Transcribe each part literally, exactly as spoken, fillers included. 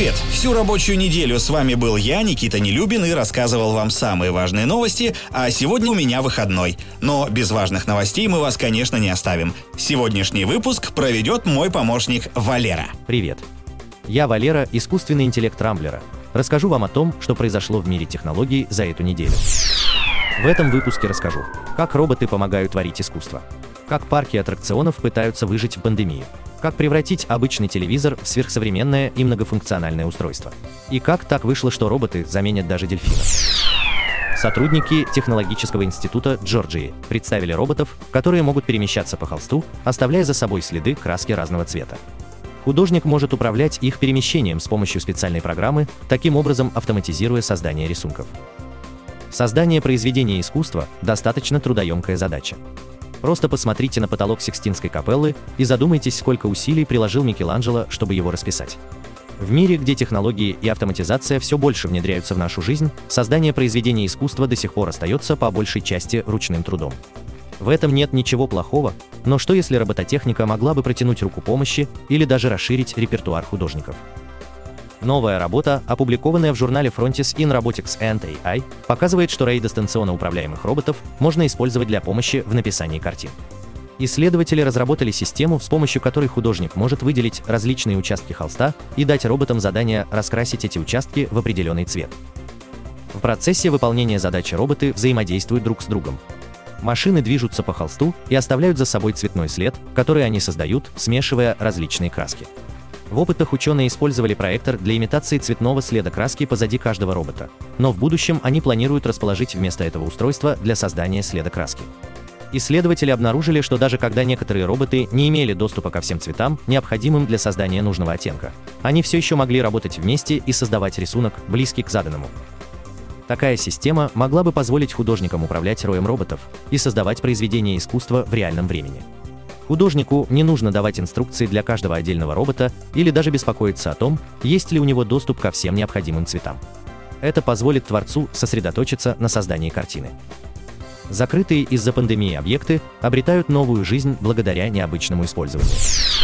Привет! Всю рабочую неделю с вами был я, Никита Нелюбин, и рассказывал вам самые важные новости, а сегодня у меня выходной. Но без важных новостей мы вас, конечно, не оставим. Сегодняшний выпуск проведет мой помощник Валера. Привет! Я Валера, искусственный интеллект Рамблера. Расскажу вам о том, что произошло в мире технологий за эту неделю. В этом выпуске расскажу, как роботы помогают творить искусство, как парки аттракционов пытаются выжить в пандемию, как превратить обычный телевизор в сверхсовременное и многофункциональное устройство, и как так вышло, что роботы заменят даже дельфинов. Сотрудники Технологического института Джорджии представили роботов, которые могут перемещаться по холсту, оставляя за собой следы краски разного цвета. Художник может управлять их перемещением с помощью специальной программы, таким образом автоматизируя создание рисунков. Создание произведения искусства – достаточно трудоемкая задача. Просто посмотрите на потолок Сикстинской капеллы и задумайтесь, сколько усилий приложил Микеланджело, чтобы его расписать. В мире, где технологии и автоматизация все больше внедряются в нашу жизнь, создание произведения искусства до сих пор остается по большей части ручным трудом. В этом нет ничего плохого, но что если робототехника могла бы протянуть руку помощи или даже расширить репертуар художников? Новая работа, опубликованная в журнале Frontiers in Robotics and эй ай, показывает, что рэй дистанционно управляемых роботов можно использовать для помощи в написании картин. Исследователи разработали систему, с помощью которой художник может выделить различные участки холста и дать роботам задание раскрасить эти участки в определенный цвет. В процессе выполнения задачи роботы взаимодействуют друг с другом. Машины движутся по холсту и оставляют за собой цветной след, который они создают, смешивая различные краски. В опытах ученые использовали проектор для имитации цветного следа краски позади каждого робота, но в будущем они планируют расположить вместо этого устройство для создания следа краски. Исследователи обнаружили, что даже когда некоторые роботы не имели доступа ко всем цветам, необходимым для создания нужного оттенка, они все еще могли работать вместе и создавать рисунок, близкий к заданному. Такая система могла бы позволить художникам управлять роем роботов и создавать произведения искусства в реальном времени. Художнику не нужно давать инструкции для каждого отдельного робота или даже беспокоиться о том, есть ли у него доступ ко всем необходимым цветам. Это позволит творцу сосредоточиться на создании картины. Закрытые из-за пандемии объекты обретают новую жизнь благодаря необычному использованию.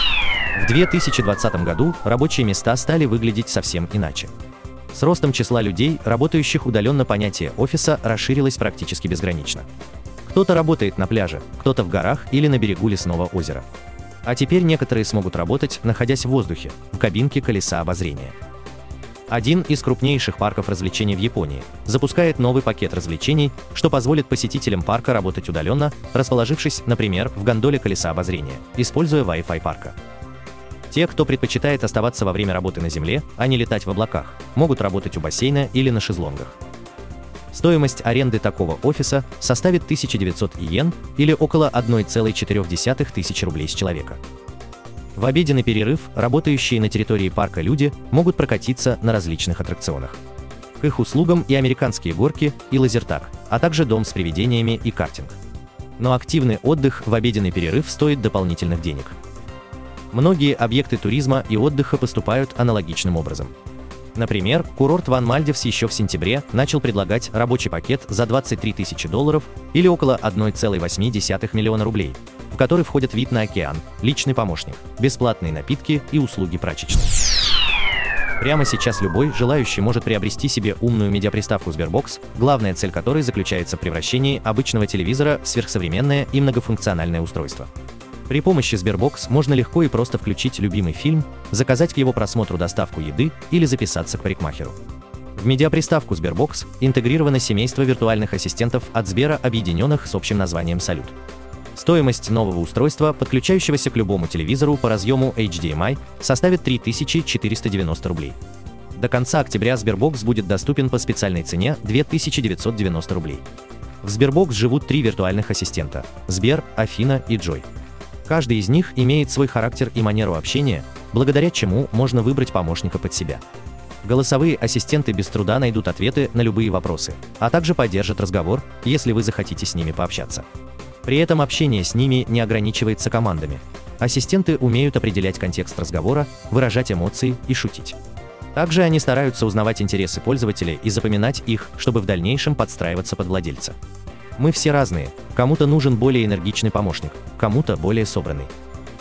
В две тысячи двадцатом году рабочие места стали выглядеть совсем иначе. С ростом числа людей, работающих удаленно, понятие офиса расширилось практически безгранично. Кто-то работает на пляже, кто-то в горах или на берегу лесного озера. А теперь некоторые смогут работать, находясь в воздухе, в кабинке колеса обозрения. Один из крупнейших парков развлечений в Японии запускает новый пакет развлечений, что позволит посетителям парка работать удаленно, расположившись, например, в гондоле колеса обозрения, используя Wi-Fi парка. Те, кто предпочитает оставаться во время работы на земле, а не летать в облаках, могут работать у бассейна или на шезлонгах. Стоимость аренды такого офиса составит тысяча девятьсот иен или около одна целая четыре десятых тысячи рублей с человека. В обеденный перерыв работающие на территории парка люди могут прокатиться на различных аттракционах. К их услугам и американские горки, и лазертаг, а также дом с привидениями и картинг. Но активный отдых в обеденный перерыв стоит дополнительных денег. Многие объекты туризма и отдыха поступают аналогичным образом. Например, курорт Ван Мальдивс еще в сентябре начал предлагать рабочий пакет за двадцать три тысячи долларов или около одна целая восемь десятых миллиона рублей, в который входят вид на океан, личный помощник, бесплатные напитки и услуги прачечной. Прямо сейчас любой желающий может приобрести себе умную медиаприставку Sberbox, главная цель которой заключается в превращении обычного телевизора в сверхсовременное и многофункциональное устройство. При помощи Sberbox можно легко и просто включить любимый фильм, заказать к его просмотру доставку еды или записаться к парикмахеру. В медиаприставку Sberbox интегрировано семейство виртуальных ассистентов от Сбера, объединенных с общим названием Салют. Стоимость нового устройства, подключающегося к любому телевизору по разъему эйч ди эм ай, составит три тысячи четыреста девяносто рублей. До конца октября Sberbox будет доступен по специальной цене две тысячи девятьсот девяносто рублей. В Sberbox живут три виртуальных ассистента – Сбер, Афина и Джой. Каждый из них имеет свой характер и манеру общения, благодаря чему можно выбрать помощника под себя. Голосовые ассистенты без труда найдут ответы на любые вопросы, а также поддержат разговор, если вы захотите с ними пообщаться. При этом общение с ними не ограничивается командами. Ассистенты умеют определять контекст разговора, выражать эмоции и шутить. Также они стараются узнавать интересы пользователей и запоминать их, чтобы в дальнейшем подстраиваться под владельца. Мы все разные, кому-то нужен более энергичный помощник, кому-то более собранный.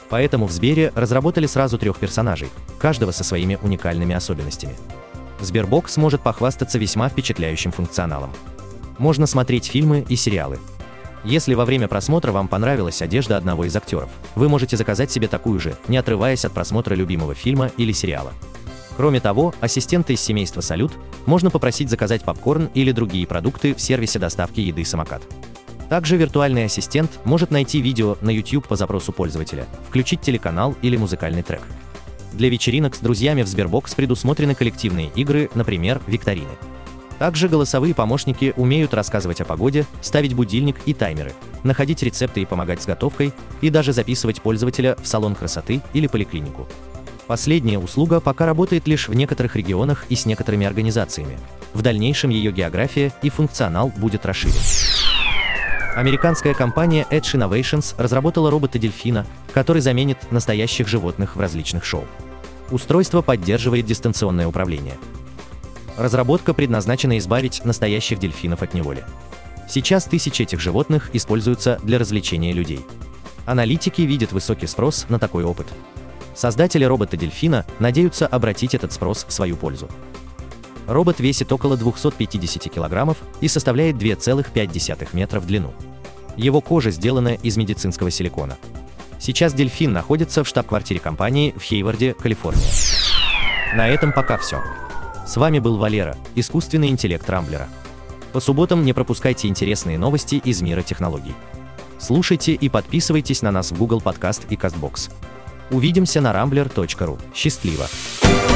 Поэтому в Сбере разработали сразу трех персонажей, каждого со своими уникальными особенностями. Sberbox может похвастаться весьма впечатляющим функционалом. Можно смотреть фильмы и сериалы. Если во время просмотра вам понравилась одежда одного из актеров, вы можете заказать себе такую же, не отрываясь от просмотра любимого фильма или сериала. Кроме того, ассистента из семейства Салют можно попросить заказать попкорн или другие продукты в сервисе доставки еды «Самокат». Также виртуальный ассистент может найти видео на YouTube по запросу пользователя, включить телеканал или музыкальный трек. Для вечеринок с друзьями в Sberbox предусмотрены коллективные игры, например, викторины. Также голосовые помощники умеют рассказывать о погоде, ставить будильник и таймеры, находить рецепты и помогать с готовкой, и даже записывать пользователя в салон красоты или поликлинику. Последняя услуга пока работает лишь в некоторых регионах и с некоторыми организациями. В дальнейшем ее география и функционал будет расширен. Американская компания Edge Innovations разработала робота-дельфина, который заменит настоящих животных в различных шоу. Устройство поддерживает дистанционное управление. Разработка предназначена избавить настоящих дельфинов от неволи. Сейчас тысячи этих животных используются для развлечения людей. Аналитики видят высокий спрос на такой опыт. Создатели робота-дельфина надеются обратить этот спрос в свою пользу. Робот весит около двухсот пятидесяти килограммов и составляет две целых пять десятых метра в длину. Его кожа сделана из медицинского силикона. Сейчас дельфин находится в штаб-квартире компании в Хейварде, Калифорния. На этом пока все. С вами был Валера, искусственный интеллект Рамблера. По субботам не пропускайте интересные новости из мира технологий. Слушайте и подписывайтесь на нас в Google Podcast и Castbox. Увидимся на рамблер точка ру. Счастливо!